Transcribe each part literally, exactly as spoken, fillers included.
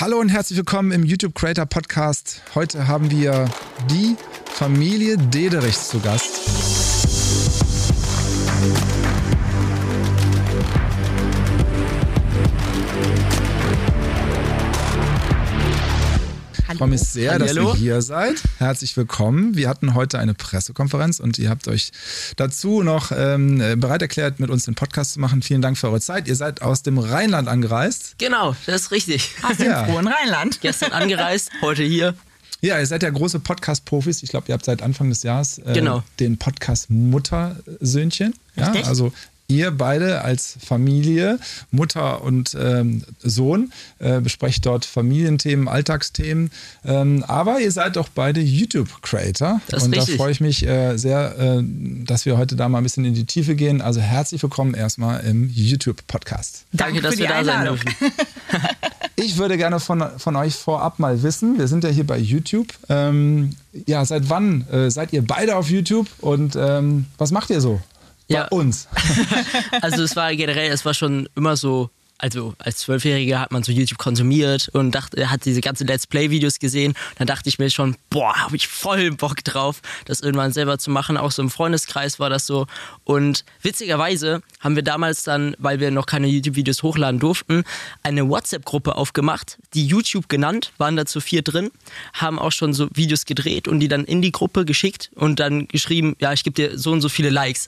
Hallo und herzlich willkommen im YouTube Creator Podcast. Heute haben wir die Familie Dederichs zu Gast. Ich freue mich sehr, dass ihr hier seid. Herzlich willkommen. Wir hatten heute eine Pressekonferenz und ihr habt euch dazu noch ähm, bereit erklärt, mit uns den Podcast zu machen. Vielen Dank für eure Zeit. Ihr seid aus dem Rheinland angereist. Genau, das ist richtig. Aus dem Ja. frohen Rheinland. Gestern angereist, heute hier. Ja, ihr seid ja große Podcast-Profis. Ich glaube, ihr habt seit Anfang des Jahres äh, Genau. den Podcast Muttersöhnchen. Ja, Richtig. also ihr beide als Familie, Mutter und ähm, Sohn, äh, besprecht dort Familienthemen, Alltagsthemen. Ähm, aber ihr seid doch beide YouTube-Creator. Das ist und richtig. da freue ich mich äh, sehr, äh, dass wir heute da mal ein bisschen in die Tiefe gehen. Also herzlich willkommen erstmal im YouTube-Podcast. Danke, Danke dass für wir die da sein Einladung. dürfen. Ich würde gerne von, von euch vorab mal wissen, wir sind ja hier bei YouTube. Ähm, ja, seit wann äh, seid ihr beide auf YouTube und ähm, was macht ihr so? Ja. Bei uns. Also es war generell, es war schon immer so, also als Zwölfjähriger hat man so YouTube konsumiert und dachte, hat diese ganzen Let's Play-Videos gesehen. Dann dachte ich mir schon, boah, habe ich voll Bock drauf, das irgendwann selber zu machen. Auch so im Freundeskreis war das so. Und witzigerweise haben wir damals dann, weil wir noch keine YouTube-Videos hochladen durften, eine WhatsApp-Gruppe aufgemacht, die YouTube genannt, waren da zu vier drin, haben auch schon so Videos gedreht und die dann in die Gruppe geschickt und dann geschrieben, ja, ich gebe dir so und so viele Likes.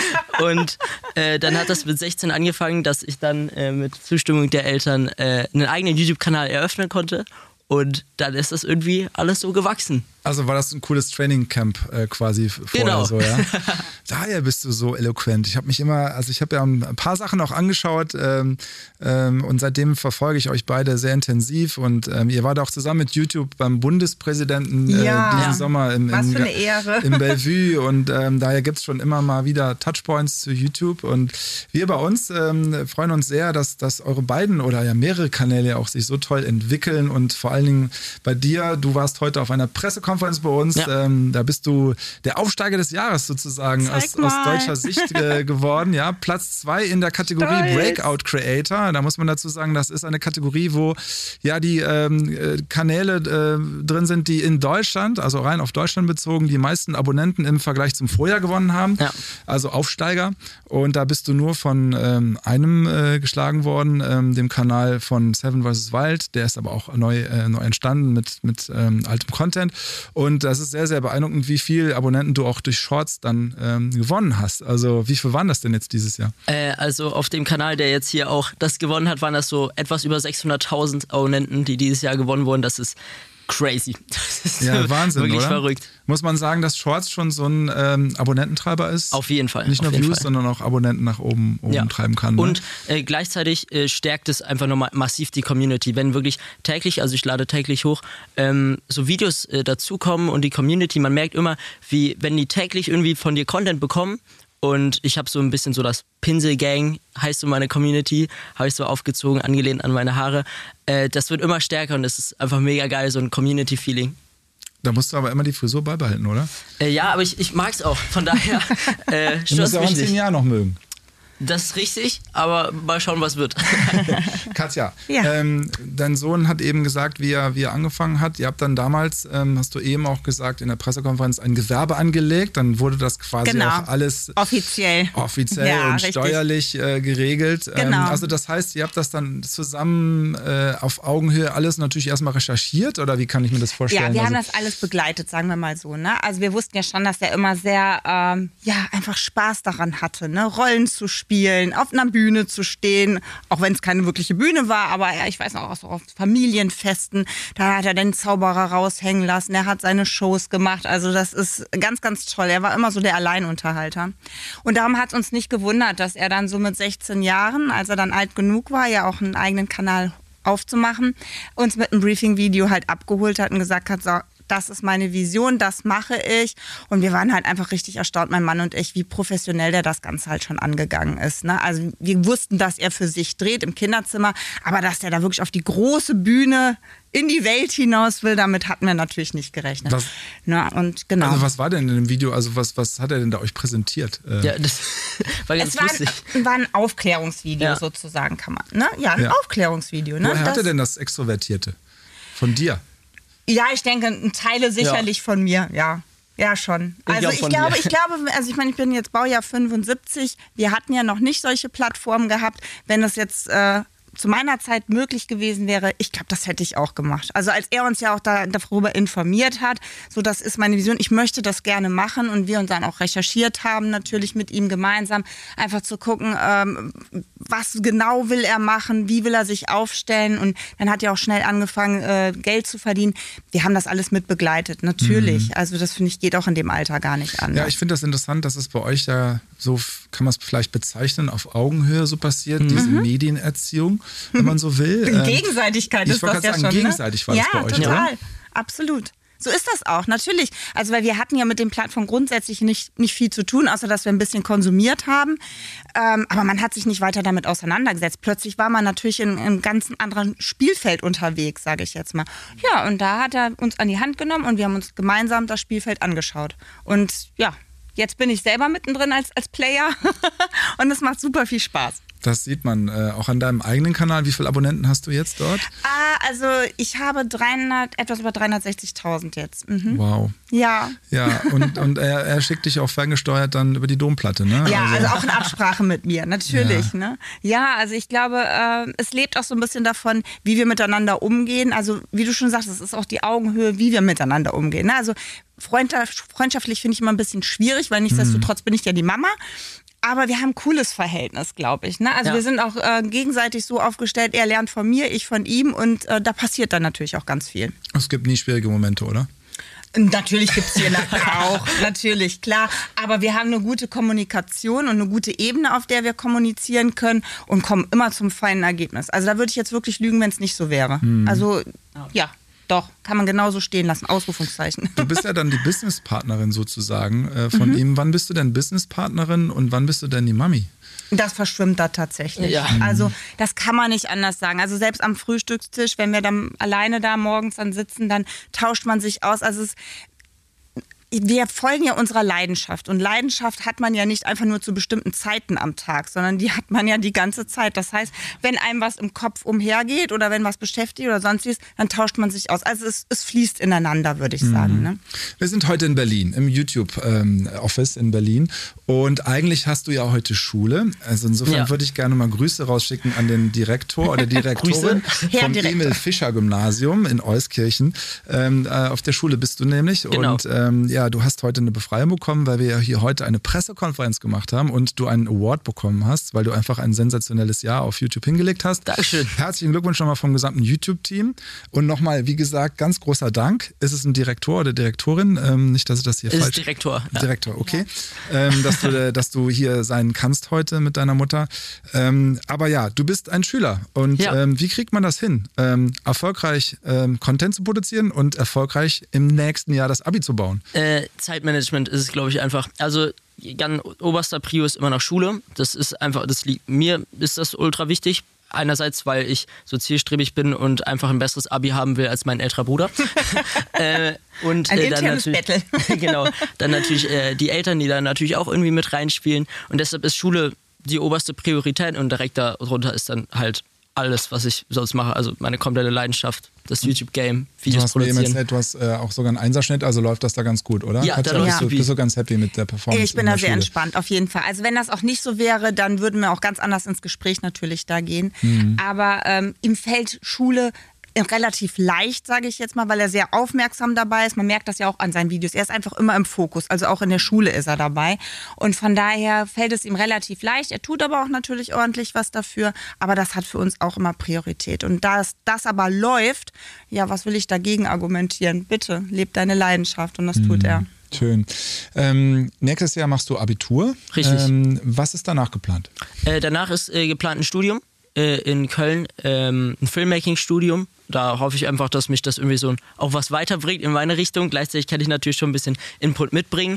Und äh, dann hat das mit sechzehn angefangen, dass ich dann äh, mit Zustimmung der Eltern äh, einen eigenen YouTube-Kanal eröffnen konnte. Und dann ist das irgendwie alles so gewachsen. Also war das ein cooles Trainingcamp äh, quasi vorher Genau. so, ja? Daher bist du so eloquent. Ich habe mich immer, also ich habe ja ein paar Sachen auch angeschaut ähm, ähm, und seitdem verfolge ich euch beide sehr intensiv und ähm, ihr wart auch zusammen mit YouTube beim Bundespräsidenten äh, Ja. diesen Ja. Sommer im, Was im, für eine Ehre. im Bellevue und ähm, daher gibt es schon immer mal wieder Touchpoints zu YouTube und wir bei uns ähm, freuen uns sehr, dass, dass eure beiden oder ja mehrere Kanäle auch sich so toll entwickeln und vor allen Dingen bei dir, du warst heute auf einer Pressekonferenz bei uns. Ja. Ähm, da bist du der Aufsteiger des Jahres sozusagen Zeig aus, mal. aus deutscher Sicht äh, geworden. Ja, Platz zwei in der Kategorie Stolz. Breakout Creator. Da muss man dazu sagen, das ist eine Kategorie, wo ja die ähm, äh, Kanäle äh, drin sind, die in Deutschland, also rein auf Deutschland bezogen, die meisten Abonnenten im Vergleich zum Vorjahr gewonnen haben. Ja. Also Aufsteiger. Und da bist du nur von ähm, einem äh, geschlagen worden, ähm, dem Kanal von Seven versus. Wild. Der ist aber auch neu, äh, neu entstanden mit, mit ähm, altem Content. Und das ist sehr, sehr beeindruckend, wie viele Abonnenten du auch durch Shorts dann ähm, gewonnen hast. Also wie viel waren das denn jetzt dieses Jahr? Äh, also auf dem Kanal, der jetzt hier auch das gewonnen hat, waren das so etwas über sechshunderttausend Abonnenten, die dieses Jahr gewonnen wurden. Das ist crazy. Das ist Ja, Wahnsinn, wirklich oder? verrückt. Muss man sagen, dass Shorts schon so ein ähm, Abonnententreiber ist? Auf jeden Fall. Nicht nur auf jeden Views, Fall. sondern auch Abonnenten nach oben, oben Ja. treiben kann. Ne? Und äh, gleichzeitig äh, stärkt es einfach nochmal massiv die Community. Wenn wirklich täglich, also ich lade täglich hoch, ähm, so Videos äh, dazukommen und die Community, man merkt immer, wie wenn die täglich irgendwie von dir Content bekommen. Und ich habe so ein bisschen so das Pinsel-Gang, heißt so meine Community, habe ich so aufgezogen, angelehnt an meine Haare. Äh, das wird immer stärker und es ist einfach mega geil, so ein Community-Feeling. Da musst du aber immer die Frisur beibehalten, oder? Äh, ja, aber ich, ich mag es auch, von daher äh, Du musst stört ja auch mich in zehn nicht. Jahren noch mögen. Das ist richtig, aber mal schauen, was wird. Katja, Ja. ähm, dein Sohn hat eben gesagt, wie er, wie er angefangen hat. Ihr habt dann damals, ähm, hast du eben auch gesagt, in der Pressekonferenz ein Gewerbe angelegt. Dann wurde das quasi Genau. auch alles Offiziell. offiziell Ja, und richtig. steuerlich äh, geregelt. Ähm, Genau. also das heißt, ihr habt das dann zusammen äh, auf Augenhöhe alles natürlich erstmal recherchiert oder wie kann ich mir das vorstellen? Ja, wir haben also, das alles begleitet, sagen wir mal so. Ne? Also wir wussten ja schon, dass er immer sehr, ähm, ja, einfach Spaß daran hatte, ne? Rollen zu spielen, auf einer Bühne zu stehen, auch wenn es keine wirkliche Bühne war, aber ja, ich weiß noch, auch so auf Familienfesten, da hat er den Zauberer raushängen lassen, er hat seine Shows gemacht, also das ist ganz, ganz toll. Er war immer so der Alleinunterhalter. Und darum hat es uns nicht gewundert, dass er dann so mit sechzehn Jahren, als er dann alt genug war, ja auch einen eigenen Kanal aufzumachen, uns mit einem Briefing-Video halt abgeholt hat und gesagt hat, so, das ist meine Vision, das mache ich. Und wir waren halt einfach richtig erstaunt, mein Mann und ich, wie professionell der das Ganze halt schon angegangen ist. Ne? Also wir wussten, dass er für sich dreht im Kinderzimmer, aber dass er da wirklich auf die große Bühne in die Welt hinaus will, damit hatten wir natürlich nicht gerechnet. Was, Na, und genau. also was war denn in dem Video, also was, was hat er denn da euch präsentiert? Äh, Ja, das war ganz es war lustig. ein, war ein Aufklärungsvideo Ja. sozusagen, kann man. Ne? Ja, ein Ja. Aufklärungsvideo. Ne? Woher hat Das- er denn das Extrovertierte? Von dir? Ja, ich denke, Teile sicherlich ja. von mir, ja. Ja, schon. Ich also glaub ich von glaube, dir. ich glaube, also ich meine, ich bin jetzt Baujahr fünfundsiebzig. Wir hatten ja noch nicht solche Plattformen gehabt. Wenn das jetzt äh, zu meiner Zeit möglich gewesen wäre, ich glaube, das hätte ich auch gemacht. Also als er uns ja auch da, darüber informiert hat, so das ist meine Vision, ich möchte das gerne machen und wir uns dann auch recherchiert haben, natürlich mit ihm gemeinsam, einfach zu gucken, ähm, was genau will er machen, wie will er sich aufstellen und dann hat er auch schnell angefangen, äh, Geld zu verdienen. Wir haben das alles mit begleitet, natürlich. Mhm. Also das finde ich, geht auch in dem Alter gar nicht an. Ja, ich finde das interessant, dass es bei euch ja so, kann man es vielleicht bezeichnen, auf Augenhöhe so passiert, mhm. diese Medienerziehung, wenn man so will. In Gegenseitigkeit ich ist das ja sagen, schon. Gegenseitig war ne? das bei ja, euch, total. oder? Absolut. So ist das auch, natürlich. Also weil wir hatten ja mit den Plattformen grundsätzlich nicht, nicht viel zu tun, außer dass wir ein bisschen konsumiert haben. Ähm, aber man hat sich nicht weiter damit auseinandergesetzt. Plötzlich war man natürlich in, in einem ganz anderen Spielfeld unterwegs, sage ich jetzt mal. Ja, und da hat er uns an die Hand genommen und wir haben uns gemeinsam das Spielfeld angeschaut. Und ja, jetzt bin ich selber mittendrin als, als Player und es macht super viel Spaß. Das sieht man äh, auch an deinem eigenen Kanal. Wie viele Abonnenten hast du jetzt dort? Ah, also ich habe dreihundert, etwas über dreihundertsechzigtausend jetzt. Mhm. Wow. Ja. Ja, und, und er, er schickt dich auch ferngesteuert dann über die Domplatte, ne? Ja, also, also auch in Absprache mit mir, natürlich. Ja, ne? Ja, also ich glaube, äh, es lebt auch so ein bisschen davon, wie wir miteinander umgehen. Also wie du schon sagst, es ist auch die Augenhöhe, wie wir miteinander umgehen. Ne? Also freundschaftlich finde ich immer ein bisschen schwierig, weil nichtsdestotrotz bin ich ja die Mama. Aber wir haben ein cooles Verhältnis, glaube ich. Ne? Also ja. wir sind auch äh, gegenseitig so aufgestellt, er lernt von mir, ich von ihm und äh, da passiert dann natürlich auch ganz viel. Es gibt nie schwierige Momente, oder? Natürlich gibt es hier nachher auch, natürlich, klar. Aber wir haben eine gute Kommunikation und eine gute Ebene, auf der wir kommunizieren können und kommen immer zum feinen Ergebnis. Also da würde ich jetzt wirklich lügen, wenn es nicht so wäre. Hm. Also ja. Doch, kann man genauso stehen lassen, Ausrufungszeichen. Du bist ja dann die Businesspartnerin sozusagen äh, von mhm. ihm. Wann bist du denn Businesspartnerin und wann bist du denn die Mami? Das verschwimmt da tatsächlich. Ja. Also das kann man nicht anders sagen. Also selbst am Frühstückstisch, wenn wir dann alleine da morgens dann sitzen, dann tauscht man sich aus. Also es wir folgen ja unserer Leidenschaft und Leidenschaft hat man ja nicht einfach nur zu bestimmten Zeiten am Tag, sondern die hat man ja die ganze Zeit. Das heißt, wenn einem was im Kopf umhergeht oder wenn was beschäftigt oder sonstiges, dann tauscht man sich aus. Also es, es fließt ineinander, würde ich sagen. Ne? Wir sind heute in Berlin, im YouTube-Office ähm, in Berlin und eigentlich hast du ja heute Schule. Also insofern ja. würde ich gerne mal Grüße rausschicken an den Direktor oder Direktorin vom Emil-Fischer-Gymnasium in Euskirchen. Ähm, äh, auf der Schule bist du nämlich genau. und ähm, ja, du hast heute eine Befreiung bekommen, weil wir ja hier heute eine Pressekonferenz gemacht haben und du einen Award bekommen hast, weil du einfach ein sensationelles Jahr auf YouTube hingelegt hast. Dankeschön. Herzlichen Glückwunsch nochmal vom gesamten YouTube-Team. Und nochmal, wie gesagt, ganz großer Dank. Ist es ein Direktor oder Direktorin? Ähm, nicht, dass ich das hier ist falsch... Direktor. Ja. Direktor, okay. Ja. Ähm, dass, du, dass du hier sein kannst heute mit deiner Mutter. Ähm, aber ja, du bist ein Schüler. Und ja. ähm, wie kriegt man das hin? Ähm, erfolgreich ähm, Content zu produzieren und erfolgreich im nächsten Jahr das Abi zu bauen? Äh, Zeitmanagement ist es, glaube ich, einfach. Also ganz oberster Prio ist immer noch Schule. Das ist einfach, das liegt mir ist das ultra wichtig. Einerseits, weil ich so zielstrebig bin und einfach ein besseres Abi haben will als mein älterer Bruder. äh, und, ein äh, internes dann Battle. Genau. Dann natürlich äh, die Eltern, die da natürlich auch irgendwie mit reinspielen. Und deshalb ist Schule die oberste Priorität und direkt darunter ist dann halt alles, was ich sonst mache. Also meine komplette Leidenschaft, das YouTube-Game, Videos du hast produzieren. Mir eben erzählt, du hast äh, auch sogar einen Einserschnitt, also läuft das da ganz gut, oder? Ja, da ja. bist, du, bist du ganz happy mit der Performance? Ich bin da sehr Schule. entspannt, auf jeden Fall. Also wenn das auch nicht so wäre, dann würden wir auch ganz anders ins Gespräch natürlich da gehen. Mhm. Aber ähm, ihm fällt Schule relativ leicht, sage ich jetzt mal, weil er sehr aufmerksam dabei ist. Man merkt das ja auch an seinen Videos. Er ist einfach immer im Fokus, also auch in der Schule ist er dabei. Und von daher fällt es ihm relativ leicht. Er tut aber auch natürlich ordentlich was dafür, aber das hat für uns auch immer Priorität. Und da das aber läuft, ja, was will ich dagegen argumentieren? Bitte, leb deine Leidenschaft und das mhm. tut er. Schön. Ähm, nächstes Jahr machst du Abitur. Richtig. Ähm, was ist danach geplant? Äh, danach ist äh, geplant ein Studium äh, in Köln, ähm, ein Filmmaking-Studium. Da hoffe ich einfach, dass mich das irgendwie so auch was weiterbringt in meine Richtung. Gleichzeitig kann ich natürlich schon ein bisschen Input mitbringen.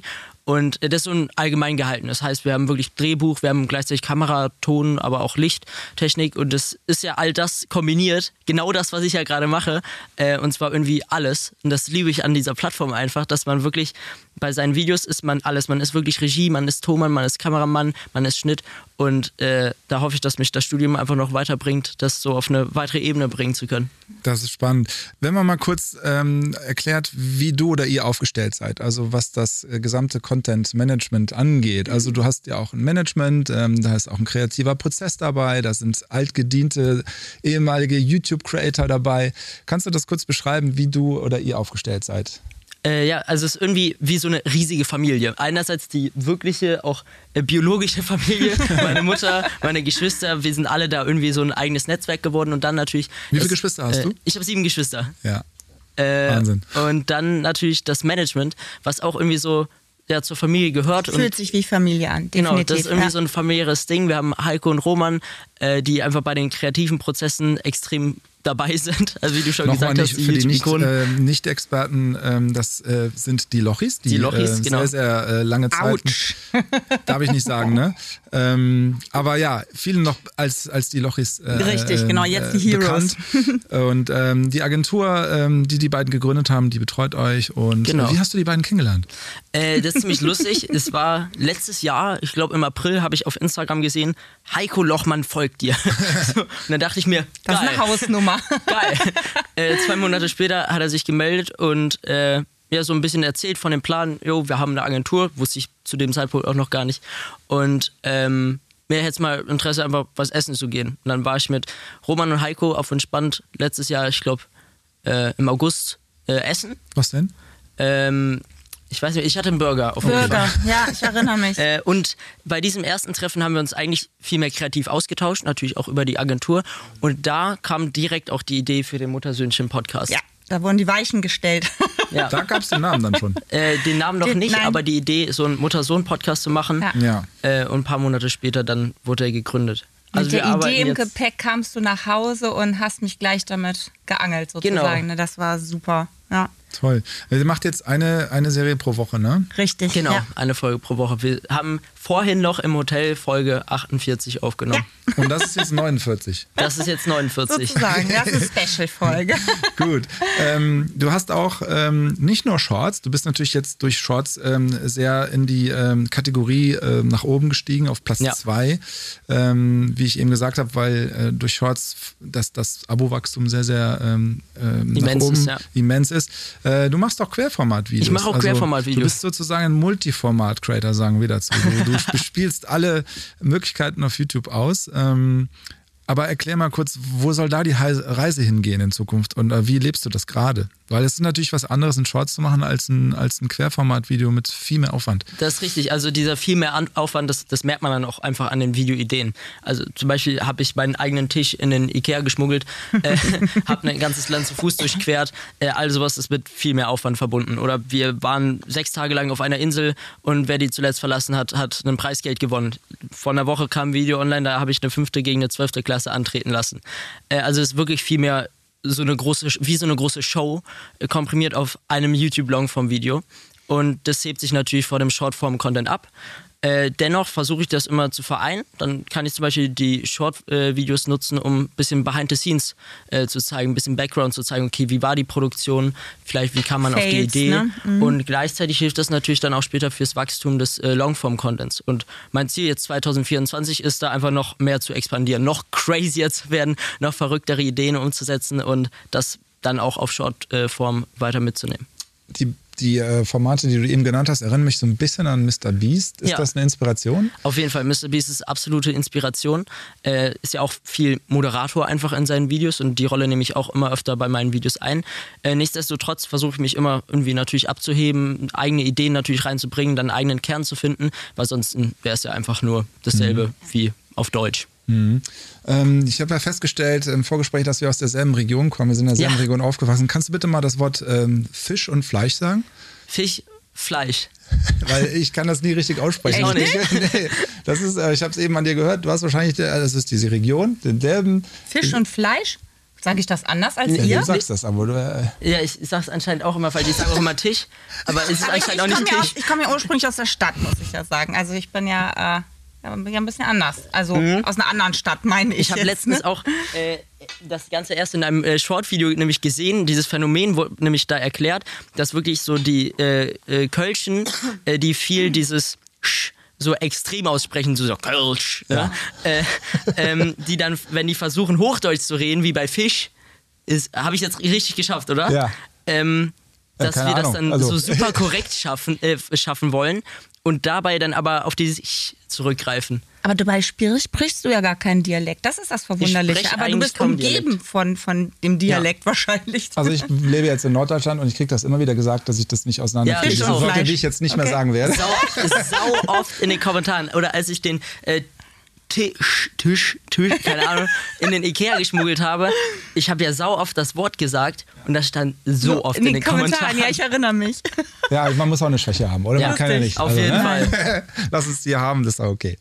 Und das ist so ein allgemein gehalten. Das heißt, wir haben wirklich Drehbuch, wir haben gleichzeitig Kamera, Ton, aber auch Lichttechnik. Und das ist ja all das kombiniert. Genau das, was ich ja gerade mache. Äh, und zwar irgendwie alles. Und das liebe ich an dieser Plattform einfach, dass man wirklich bei seinen Videos ist man alles. Man ist wirklich Regie, man ist Tonmann, man ist Kameramann, man ist Schnitt. Und äh, da hoffe ich, dass mich das Studium einfach noch weiterbringt, das so auf eine weitere Ebene bringen zu können. Das ist spannend. Wenn man mal kurz ähm, erklärt, wie du oder ihr aufgestellt seid, also was das äh, gesamte Content-Management angeht. Also du hast ja auch ein Management, ähm, da ist auch ein kreativer Prozess dabei, da sind altgediente ehemalige YouTube-Creator dabei. Kannst du das kurz beschreiben, wie du oder ihr aufgestellt seid? Äh, ja, also es ist irgendwie wie so eine riesige Familie. Einerseits die wirkliche, auch äh, biologische Familie, meine Mutter, meine Geschwister, wir sind alle da irgendwie so ein eigenes Netzwerk geworden und dann natürlich... Wie viele es, Geschwister hast äh, du? Ich habe sieben Geschwister. Ja, äh, Wahnsinn. Und dann natürlich das Management, was auch irgendwie so ja, zur Familie gehört. Fühlt und sich wie Familie an, definitiv. Genau, das ist irgendwie ja. so ein familiäres Ding. Wir haben Heiko und Roman, äh, die einfach bei den kreativen Prozessen extrem dabei sind. Also wie du schon Nochmal gesagt nicht, hast, die für die nicht, YouTube-Ikonen. äh, Nicht-Experten, ähm, das äh, sind die Lochis, die, Die Lochis, äh, genau. sehr, sehr äh, lange Zeit, Autsch. darf ich nicht sagen, ne? Ähm, aber ja, viele noch als, als die Lochis äh, Richtig, genau, jetzt die äh, Heroes. bekannt. Und ähm, die Agentur, ähm, die die beiden gegründet haben, die betreut euch. Und Genau. äh, wie hast du die beiden kennengelernt? Äh, das ist ziemlich lustig. Es war letztes Jahr, ich glaube im April, habe ich auf Instagram gesehen, Heiko Lochmann folgt dir. So, und dann dachte ich mir, Das geil, ist eine Hausnummer. geil. Äh, zwei Monate später hat er sich gemeldet und äh, ja, so ein bisschen erzählt von dem Plan, jo, wir haben eine Agentur, wusste ich zu dem Zeitpunkt auch noch gar nicht. Und ähm, mir hätte es mal Interesse, einfach was essen zu gehen. Und dann war ich mit Roman und Heiko auf entspannt letztes Jahr, ich glaube äh, im August, äh, essen. Was denn? Ähm, ich weiß nicht, ich hatte einen Burger auf jeden Fall. Burger, ja, ich erinnere mich. Äh, und bei diesem ersten Treffen haben wir uns eigentlich viel mehr kreativ ausgetauscht, natürlich auch über die Agentur. Und da kam direkt auch die Idee für den Muttersöhnchen-Podcast. Ja, da wurden die Weichen gestellt. Ja. Da gab es den Namen dann schon. Äh, den Namen noch Den- nicht, nein. aber die Idee, so einen Mutter-Sohn-Podcast zu machen. Ja. Ja. Äh, und ein paar Monate später dann wurde er gegründet. Also Mit wir der Idee arbeiten im jetzt, Gepäck kamst du nach Hause und hast mich gleich damit geangelt sozusagen. Genau. Ne? Das war super. Ja, Toll. Ihr macht jetzt eine, eine Serie pro Woche, ne? richtig. Genau, Ja. eine Folge pro Woche. Wir haben vorhin noch im Hotel Folge achtundvierzig aufgenommen. Und das ist jetzt neunundvierzig. Das ist jetzt neunundvierzig. Sozusagen, das ist eine Special-Folge. Gut. Ähm, du hast auch ähm, nicht nur Shorts, du bist natürlich jetzt durch Shorts ähm, sehr in die ähm, Kategorie ähm, nach oben gestiegen, auf Platz Ja. zwei. Ähm, wie ich eben gesagt habe, weil äh, durch Shorts das, das Abo-Wachstum sehr, sehr ähm, ähm, nach Immens oben ist, ja. immens ist. Äh, du machst auch Querformat-Videos. Ich mache auch Also, Querformat-Videos. Du bist sozusagen ein Multiformat-Creator, sagen wir dazu. Du, du bespielst alle Möglichkeiten auf YouTube aus. Ähm, aber erklär mal kurz, wo soll da die Reise hingehen in Zukunft und äh, wie lebst du das gerade? Weil es ist natürlich was anderes, ein Shorts zu machen, als ein, als ein Querformat-Video mit viel mehr Aufwand. Das ist richtig. Also dieser viel mehr An- Aufwand, das, das merkt man dann auch einfach an den Videoideen. Also zum Beispiel habe ich meinen eigenen Tisch in den Ikea geschmuggelt, äh, habe ein ganzes Land zu Fuß durchquert. Äh, all sowas ist mit viel mehr Aufwand verbunden. Oder wir waren sechs Tage lang auf einer Insel und wer die zuletzt verlassen hat, hat ein Preisgeld gewonnen. Vor einer Woche kam ein Video online, da habe ich eine fünfte gegen eine zwölfte Klasse antreten lassen. Äh, also es ist wirklich viel mehr so eine große, wie so eine große Show, äh, komprimiert auf einem YouTube-Long vom Video. Und das hebt sich natürlich vor dem Shortform-Content ab. Äh, dennoch versuche ich das immer zu vereinen. Dann kann ich zum Beispiel die Short-Videos äh, nutzen, um ein bisschen Behind the Scenes äh, zu zeigen, ein bisschen Background zu zeigen. Okay, wie war die Produktion? Vielleicht, wie kam man Fails, auf die Idee? ne? Mhm. Und gleichzeitig hilft das natürlich dann auch später fürs Wachstum des äh, Longform-Contents. Und mein Ziel jetzt zwanzig vierundzwanzig ist da einfach noch mehr zu expandieren, noch crazier zu werden, noch verrücktere Ideen umzusetzen und das dann auch auf Short-Form weiter mitzunehmen. Die, die äh, Formate, die du eben genannt hast, erinnern mich so ein bisschen an Mister Beast. Ist Ja. das eine Inspiration? Auf jeden Fall, Mister Beast ist absolute Inspiration. Äh, ist ja auch viel Moderator einfach in seinen Videos und die Rolle nehme ich auch immer öfter bei meinen Videos ein. Äh, nichtsdestotrotz versuche ich mich immer irgendwie natürlich abzuheben, eigene Ideen natürlich reinzubringen, dann einen eigenen Kern zu finden, weil sonst wäre es ja einfach nur dasselbe mhm. wie auf Deutsch. Mhm. Ähm, ich habe ja festgestellt im Vorgespräch, dass wir aus derselben Region kommen. Wir sind in derselben Ja. Region aufgewachsen. Kannst du bitte mal das Wort ähm, Fisch und Fleisch sagen? Fisch, Fleisch. Weil ich kann das nie richtig aussprechen. Ich auch nicht. nee, das ist, äh, ich habe es eben an dir gehört. Du hast wahrscheinlich, der, das ist diese Region, den derben. Fisch und Fleisch? Sage ich das anders als Ja, ihr? du sagst das, aber du... Äh, Ja, ich sag's anscheinend auch immer falsch. Ich sage auch immer Tisch, aber es ist Aber ich, anscheinend ich auch nicht komme ja, Tisch. aus- ich komm ja ursprünglich aus der Stadt, muss ich ja sagen. Also ich bin ja, äh, ja, bin ja ein bisschen anders. Also aus einer anderen Stadt, meine ich Ich habe jetzt, letztens ne? auch äh, das Ganze erst in einem äh, Short-Video nämlich gesehen. Dieses Phänomen wurde nämlich da erklärt, dass wirklich so die äh, äh, Kölschen, äh, die viel dieses Sch so extrem aussprechen, so, so Kölsch, ja. äh, ähm, die dann, wenn die versuchen Hochdeutsch zu reden, wie bei Fisch, ist, habe ich jetzt richtig geschafft, oder? Ja. Ähm, Ja, dass keine wir das Ahnung. dann Also- so super korrekt schaffen, äh, schaffen wollen und dabei dann aber auf dieses Ich zurückgreifen. Aber dabei sprich, sprichst du ja gar keinen Dialekt. Das ist das Verwunderliche. spreche Aber du eigentlich bist kaum umgeben Dialekt. von, von dem Dialekt wahrscheinlich. Also ich lebe jetzt in Norddeutschland und ich kriege das immer wieder gesagt, dass ich das nicht auseinanderkriege. Ja, das sind Fisch Wörter, auch. die ich jetzt nicht Okay. mehr sagen werde. Sau, sau oft in den Kommentaren. Oder als ich den äh, Tisch, Tisch, Tisch, keine Ahnung, in den Ikea geschmuggelt habe. Ich habe ja sau oft das Wort gesagt und das stand so oft in den, Kommentaren. Ja, ich erinnere mich. Ja, man muss auch eine Schwäche haben, oder? Ja, Man kann ja richtig, nicht. auf jeden Fall. Lass es dir haben, das ist auch okay.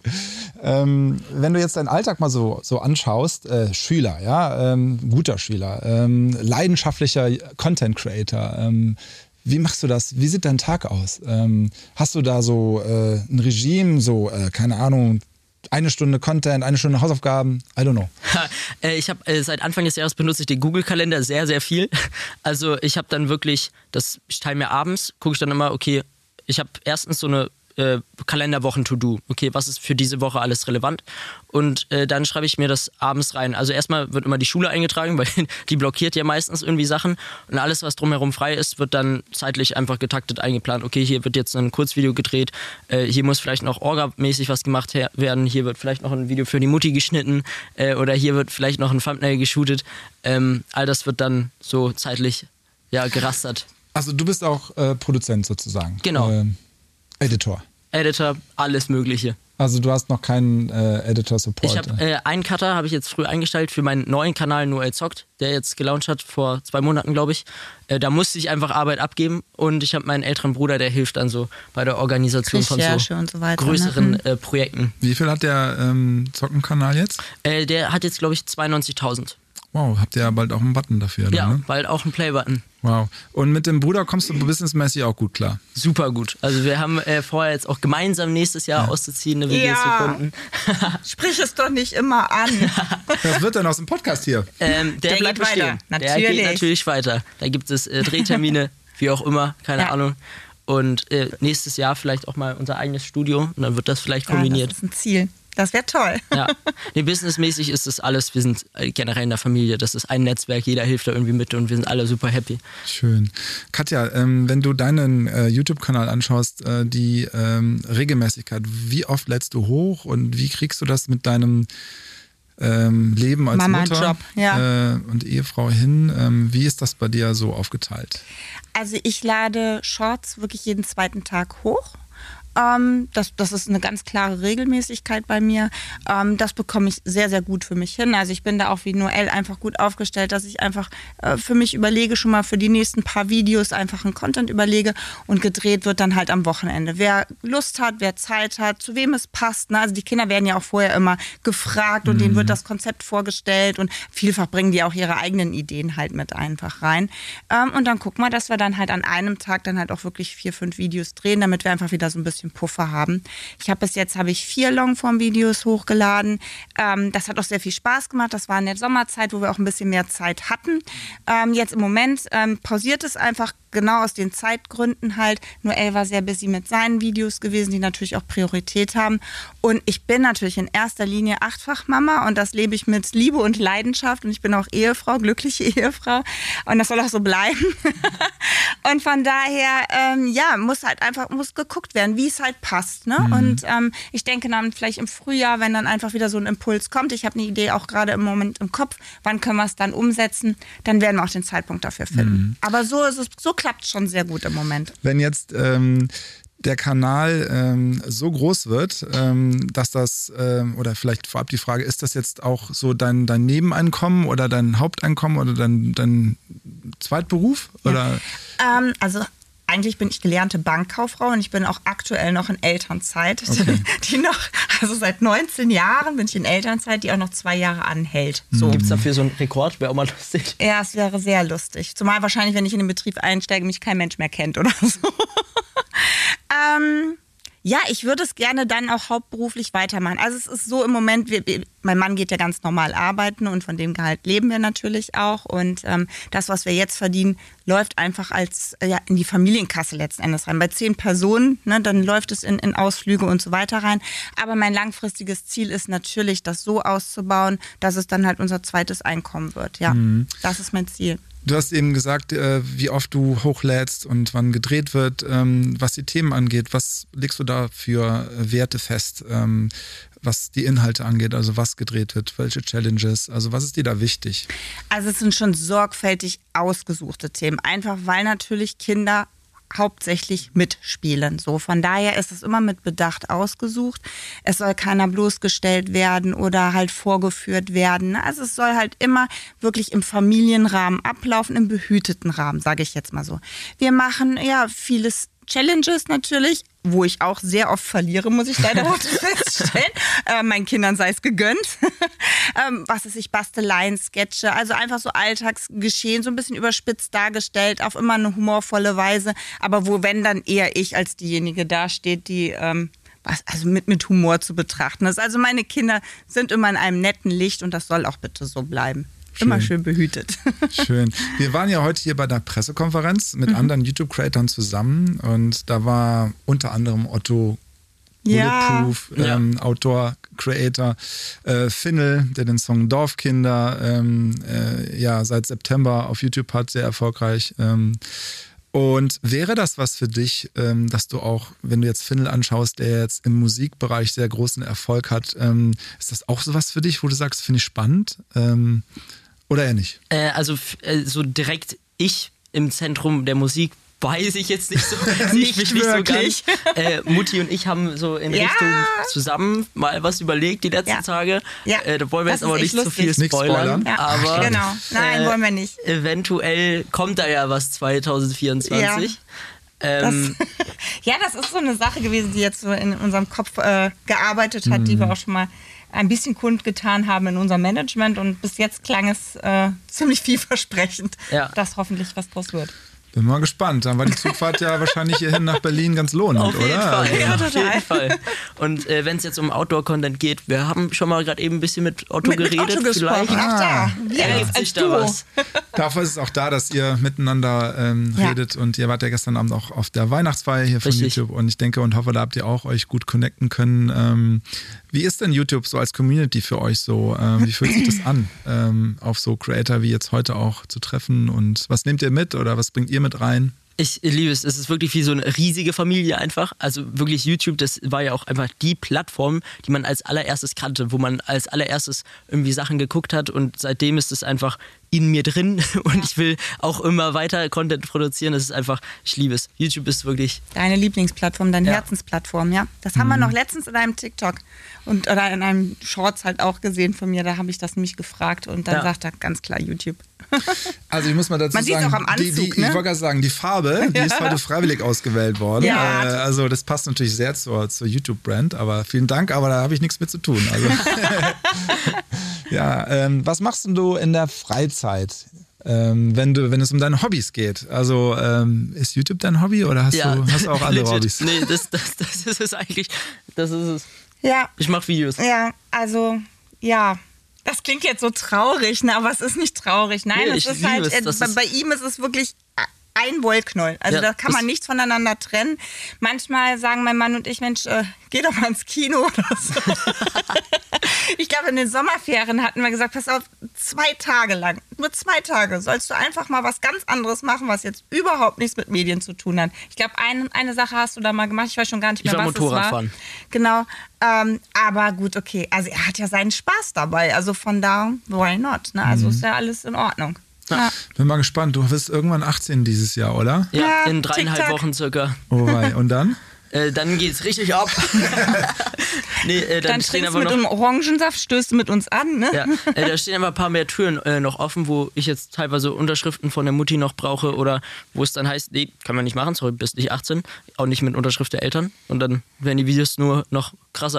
Ähm, wenn du jetzt deinen Alltag mal so, so anschaust, äh, Schüler, ja, ähm, guter Schüler, ähm, leidenschaftlicher Content Creator, ähm, wie machst du das? Wie sieht dein Tag aus? Ähm, hast du da so äh, ein Regime, so, äh, keine Ahnung, eine Stunde Content, eine Stunde Hausaufgaben? I don't know. äh, ich habe äh, seit Anfang des Jahres benutze ich den Google-Kalender sehr, sehr viel. Also ich habe dann wirklich, das, ich teile mir abends, gucke ich dann immer, okay, ich habe erstens so eine äh, Kalenderwochen-To-Do. Okay, was ist für diese Woche alles relevant? Und äh, dann schreibe ich mir das abends rein. Also erstmal wird immer die Schule eingetragen, weil die blockiert ja meistens irgendwie Sachen. Und alles, was drumherum frei ist, wird dann zeitlich einfach getaktet eingeplant. Okay, hier wird jetzt ein Kurzvideo gedreht. Äh, hier muss vielleicht noch orga-mäßig was gemacht werden. Hier wird vielleicht noch ein Video für die Mutti geschnitten. Äh, oder hier wird vielleicht noch ein Thumbnail geshootet. Ähm, all das wird dann so zeitlich ja, gerastert. Also du bist auch äh, Produzent sozusagen. Genau. Ähm, Editor. Editor, alles Mögliche. Also du hast noch keinen äh, Editor-Support. Ich habe äh, einen Cutter, habe ich jetzt früh eingestellt für meinen neuen Kanal Noel Zockt, der jetzt gelauncht hat vor zwei Monaten, glaube ich. Äh, da musste ich einfach Arbeit abgeben und ich habe meinen älteren Bruder, der hilft dann so bei der Organisation von Recherche so, und so weiter, größeren ne? äh, Projekten. Wie viel hat der ähm, Zockenkanal jetzt? Äh, der hat jetzt, glaube ich, zweiundneunzigtausend. Wow, habt ihr ja bald auch einen Button dafür. Ja, Dann, ne? bald auch ein Playbutton. Wow. Und mit dem Bruder kommst du businessmäßig auch gut klar. Super gut. Also wir haben äh, vorher jetzt auch gemeinsam nächstes Jahr auszuziehende Videos Ja. gefunden. Sprich es doch nicht immer an. Was wird denn aus dem Podcast hier? Ähm, der, Der bleibt geht weiter. bestehen. Der Natürlich. geht natürlich weiter. Da gibt es äh, Drehtermine, wie auch immer, keine Ja. Ahnung. Und äh, nächstes Jahr vielleicht auch mal unser eigenes Studio und dann wird das vielleicht Ja, kombiniert. das ist ein Ziel. Das wäre toll. Ja, nee, businessmäßig ist das alles, wir sind äh, generell in der Familie, das ist ein Netzwerk, jeder hilft da irgendwie mit und wir sind alle super happy. Schön. Katja, ähm, wenn du deinen äh, YouTube-Kanal anschaust, äh, die ähm, Regelmäßigkeit, wie oft lädst du hoch und wie kriegst du das mit deinem ähm, Leben als Mama, Mutter Job, ja. äh, und Ehefrau hin? Ähm, wie ist das bei dir so aufgeteilt? Also ich lade Shorts wirklich jeden zweiten Tag hoch. Ähm, das, das ist eine ganz klare Regelmäßigkeit bei mir. Ähm, das bekomme ich sehr, sehr gut für mich hin. Also ich bin da auch wie Noel einfach gut aufgestellt, dass ich einfach äh, für mich überlege, schon mal für die nächsten paar Videos einfach einen Content überlege und gedreht wird dann halt am Wochenende. Wer Lust hat, wer Zeit hat, zu wem es passt. Ne? Also die Kinder werden ja auch vorher immer gefragt und Mhm. denen wird das Konzept vorgestellt und vielfach bringen die auch ihre eigenen Ideen halt mit einfach rein. Ähm, und dann gucken wir, dass wir dann halt an einem Tag dann halt auch wirklich vier, fünf Videos drehen, damit wir einfach wieder so ein bisschen Puffer haben. Ich habe bis jetzt habe ich vier Longform-Videos hochgeladen. Ähm, das hat auch sehr viel Spaß gemacht. Das war in der Sommerzeit, wo wir auch ein bisschen mehr Zeit hatten. Ähm, jetzt im Moment ähm, pausiert es einfach genau aus den Zeitgründen halt. Noel war sehr busy mit seinen Videos gewesen, die natürlich auch Priorität haben. Und ich bin natürlich in erster Linie Achtfachmama und das lebe ich mit Liebe und Leidenschaft und ich bin auch Ehefrau, glückliche Ehefrau und das soll auch so bleiben. Und von daher, ähm, ja, muss halt einfach, muss geguckt werden, wie es halt passt. Ne? Mhm. Und ähm, ich denke dann vielleicht im Frühjahr, wenn dann einfach wieder so ein Impuls kommt, ich habe eine Idee auch gerade im Moment im Kopf, wann können wir es dann umsetzen, dann werden wir auch den Zeitpunkt dafür finden. Mhm. Aber so ist es, so klappt es schon sehr gut im Moment. Wenn jetzt ähm, der Kanal ähm, so groß wird, ähm, dass das, ähm, oder vielleicht vorab die Frage, ist das jetzt auch so dein, dein Nebeneinkommen oder dein Haupteinkommen oder dein, dein Zweitberuf? Oder? Ja. Ähm, also eigentlich bin ich gelernte Bankkauffrau und ich bin auch aktuell noch in Elternzeit, okay. die, die noch, also seit neunzehn Jahren bin ich in Elternzeit, die auch noch zwei Jahre anhält. So. Gibt es dafür so einen Rekord? Wäre auch mal lustig. Ja, es wäre sehr lustig. Zumal wahrscheinlich, wenn ich in den Betrieb einsteige, mich kein Mensch mehr kennt oder so. ähm... Ja, ich würde es gerne dann auch hauptberuflich weitermachen. Also es ist so im Moment, wir, mein Mann geht ja ganz normal arbeiten und von dem Gehalt leben wir natürlich auch. Und ähm, das, was wir jetzt verdienen, läuft einfach als äh, ja, in die Familienkasse letzten Endes rein. Bei zehn Personen, ne, dann läuft es in, in Ausflüge und so weiter rein. Aber mein langfristiges Ziel ist natürlich, das so auszubauen, dass es dann halt unser zweites Einkommen wird. Ja, mhm. Das ist mein Ziel. Du hast eben gesagt, wie oft du hochlädst und wann gedreht wird. Was die Themen angeht, was legst du da für Werte fest, was die Inhalte angeht, also was gedreht wird, welche Challenges, also was ist dir da wichtig? Also es sind schon sorgfältig ausgesuchte Themen, einfach weil natürlich Kinder hauptsächlich mitspielen. So, von daher ist es immer mit Bedacht ausgesucht. Es soll keiner bloßgestellt werden oder halt vorgeführt werden. Also es soll halt immer wirklich im Familienrahmen ablaufen, im behüteten Rahmen, sage ich jetzt mal so. Wir machen ja vieles Challenges natürlich, wo ich auch sehr oft verliere, muss ich leider auch feststellen. Äh, meinen Kindern sei es gegönnt. ähm, was ist ich, Basteleien, Sketche, also einfach so Alltagsgeschehen, so ein bisschen überspitzt dargestellt, auf immer eine humorvolle Weise, aber wo, wenn, dann eher ich als diejenige dasteht, die ähm, was, also mit, mit Humor zu betrachten ist. Also meine Kinder sind immer in einem netten Licht und das soll auch bitte so bleiben. Schön. Immer schön behütet. Schön. Wir waren ja heute hier bei der Pressekonferenz mit mhm. anderen YouTube-Creatern zusammen und da war unter anderem Otto ja. Bulletproof, ähm, ja. Autor, Creator, äh, Finnel, der den Song Dorfkinder ähm, äh, ja, seit September auf YouTube hat, sehr erfolgreich. Ähm, und wäre das was für dich, ähm, dass du auch, wenn du jetzt Finnel anschaust, der jetzt im Musikbereich sehr großen Erfolg hat, ähm, ist das auch sowas für dich, wo du sagst, finde ich spannend? Ähm, Oder eher nicht? Äh, also äh, so direkt ich im Zentrum der Musik weiß ich jetzt nicht so. nicht mich wirklich. Nicht so ganz. Äh, Mutti und ich haben so in ja. Richtung zusammen mal was überlegt die letzten ja. Tage. Ja. Äh, da wollen wir das jetzt aber nicht zu viel Nicht spoilern. spoilern. Ja. Aber, genau. Nein, äh, wollen wir nicht. Eventuell kommt da ja was zwanzig vierundzwanzig. Ja. Ähm, das, ja, das ist so eine Sache gewesen, die jetzt so in unserem Kopf äh, gearbeitet hat, mhm. die wir auch schon mal ein bisschen kundgetan haben in unserem Management und bis jetzt klang es äh, ziemlich vielversprechend, ja. dass hoffentlich was draus wird. Bin mal gespannt. Dann war die Zugfahrt ja wahrscheinlich hierhin nach Berlin ganz lohnend, Auf jeden oder? Fall, Also, ja, total. auf jeden Fall. Und äh, wenn es jetzt um Outdoor-Content geht, wir haben schon mal gerade eben ein bisschen mit Otto mit, geredet. Mit Otto vielleicht gesprochen. Ach, da. ja, ergibt sich da was. Dafür ist es auch da, dass ihr miteinander ähm, ja. redet und ihr wart ja gestern Abend auch auf der Weihnachtsfeier hier von Richtig. YouTube und ich denke und hoffe, da habt ihr auch euch gut connecten können. Ähm, wie ist denn YouTube so als Community für euch so? Ähm, wie fühlt sich das an, ähm, auf so Creator wie jetzt heute auch zu treffen und was nehmt ihr mit oder was bringt ihr mit rein? Ich liebe es. Es ist wirklich wie so eine riesige Familie einfach. Also wirklich YouTube, das war ja auch einfach die Plattform, die man als allererstes kannte, wo man als allererstes irgendwie Sachen geguckt hat und seitdem ist es einfach in mir drin und ich will auch immer weiter Content produzieren. Das ist einfach, ich liebe es. YouTube ist wirklich... Deine Lieblingsplattform, deine ja. Herzensplattform, ja. Das haben mhm. wir noch letztens in einem TikTok und oder in einem Shorts halt auch gesehen von mir. Da habe ich das nämlich gefragt und dann ja. sagt er ganz klar YouTube. Also ich muss mal dazu Man sagen, auch am Anzug, die, die, ne? ich wollte gerade sagen, die Farbe, die ja. ist heute freiwillig ausgewählt worden. Ja. Äh, also das passt natürlich sehr zur, zur YouTube-Brand, aber vielen Dank, aber da habe ich nichts mit zu tun. Also ja, ähm, was machst denn du in der Freizeit? Ähm, wenn, du, wenn es um deine Hobbys geht. Also ähm, ist YouTube dein Hobby oder hast, ja. du, hast du auch andere Legit. Hobbys? Nee, das, das, das ist es eigentlich. Das ist es. Ja. Ich mache Videos. Ja, also, ja. Das klingt jetzt so traurig, ne? Aber es ist nicht traurig. Nein, nee, es ist halt, es. bei, ist bei ihm ist es wirklich ein Wollknäuel. Also ja, da kann man nichts voneinander trennen. Manchmal sagen mein Mann und ich, Mensch, äh, geh doch mal ins Kino oder so. Ich glaube, in den Sommerferien hatten wir gesagt, pass auf, zwei Tage lang, nur zwei Tage, sollst du einfach mal was ganz anderes machen, was jetzt überhaupt nichts mit Medien zu tun hat. Ich glaube, ein, eine Sache hast du da mal gemacht, ich weiß schon gar nicht mehr, ich war was Motorradfahren. es war. Genau, ähm, aber gut, okay, also er hat ja seinen Spaß dabei, also von da, why not, ne? Also mhm. ist ja alles in Ordnung. Ja. Bin mal gespannt, du wirst irgendwann achtzehn dieses Jahr, oder? Ja, ja in dreieinhalb TikTok. Wochen circa. Oh wei. Und dann? Äh, dann geht's richtig ab. Nee, äh, dann, Dann stehen trinkst aber du mit noch, einem Orangensaft, stößt du mit uns an, ne? ja, äh, da stehen aber ein paar mehr Türen äh, noch offen, wo ich jetzt teilweise Unterschriften von der Mutti noch brauche oder wo es dann heißt, nee, kann man nicht machen, sorry, bist nicht achtzehn, auch nicht mit Unterschrift der Eltern und dann werden die Videos nur noch krasser.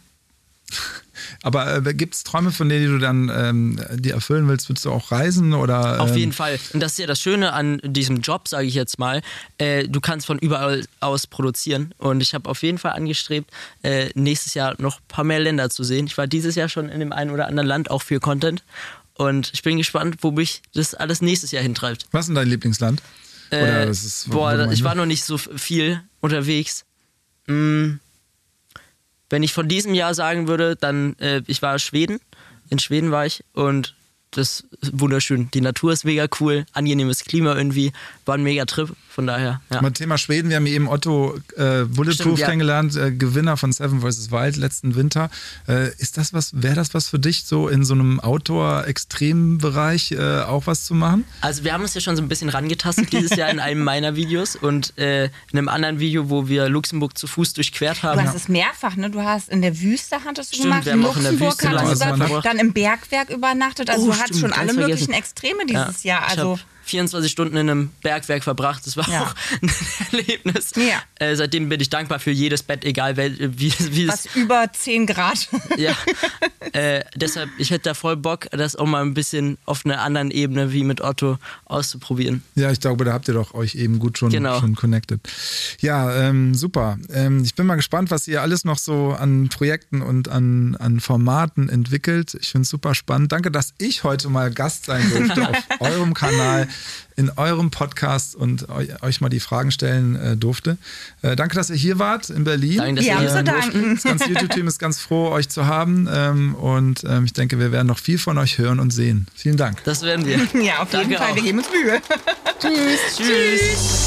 Aber äh, gibt es Träume, von denen du dann ähm, die erfüllen willst? Willst du auch reisen? Oder, ähm Auf jeden Fall. Und das ist ja das Schöne an diesem Job, sage ich jetzt mal. Äh, du kannst von überall aus produzieren. Und ich habe auf jeden Fall angestrebt, äh, nächstes Jahr noch ein paar mehr Länder zu sehen. Ich war dieses Jahr schon in dem einen oder anderen Land, auch für Content. Und ich bin gespannt, wo mich das alles nächstes Jahr hintreibt. Was ist denn dein Lieblingsland? Oder Äh, das ist, boah, ich war noch nicht so viel unterwegs. Hm. Wenn ich von diesem Jahr sagen würde, dann, äh, ich war in Schweden, in Schweden war ich und das ist wunderschön. Die Natur ist mega cool, angenehmes Klima irgendwie, war ein mega Trip, von daher, ja. Mal Thema Schweden, wir haben hier eben Otto äh, Bulletproof Stimmt, ja. kennengelernt, äh, Gewinner von Seven versus. Wild letzten Winter. Äh, ist das was, wäre das was für dich, so in so einem Outdoor-Extrembereich äh, auch was zu machen? Also wir haben uns ja schon so ein bisschen rangetastet dieses Jahr in einem meiner Videos und äh, in einem anderen Video, wo wir Luxemburg zu Fuß durchquert haben. Du hast es mehrfach, ne? Du hast in der Wüste hattest du Stimmt, gemacht, wir haben auch in der Luxemburg Wüste hattest du lange gesagt, verbracht. dann im Bergwerk übernachtet. Also Oh, du hattest stimmt, schon ganz alle vergessen. möglichen Extreme dieses Ja, Jahr. ich Also habe vierundzwanzig Stunden in einem Bergwerk verbracht. Das war Ja. auch ein Erlebnis. Ja. Äh, seitdem bin ich dankbar für jedes Bett, egal wel, wie, wie es. was über zehn Grad. Ja. Äh, deshalb, ich hätte da voll Bock, das auch mal ein bisschen auf einer anderen Ebene wie mit Otto auszuprobieren. Ja, ich glaube, da habt ihr doch euch eben gut schon, Genau. schon connected. Ja, ähm, super. Ähm, ich bin mal gespannt, was ihr alles noch so an Projekten und an, an Formaten entwickelt. Ich finde es super spannend. Danke, dass ich heute mal Gast sein durfte auf eurem Kanal, in eurem Podcast und eu- euch mal die Fragen stellen äh, durfte. Äh, danke, dass ihr hier wart in Berlin. Danke, dass Wir ihr haben hier zu sein danken. durften. Das ganze YouTube-Team ist ganz froh, euch zu haben. Ähm, und ähm, ich denke, wir werden noch viel von euch hören und sehen. Vielen Dank. Das werden wir. Ja, auf jeden Danke Fall. auch. Wir geben uns Mühe. Tschüss. Tschüss.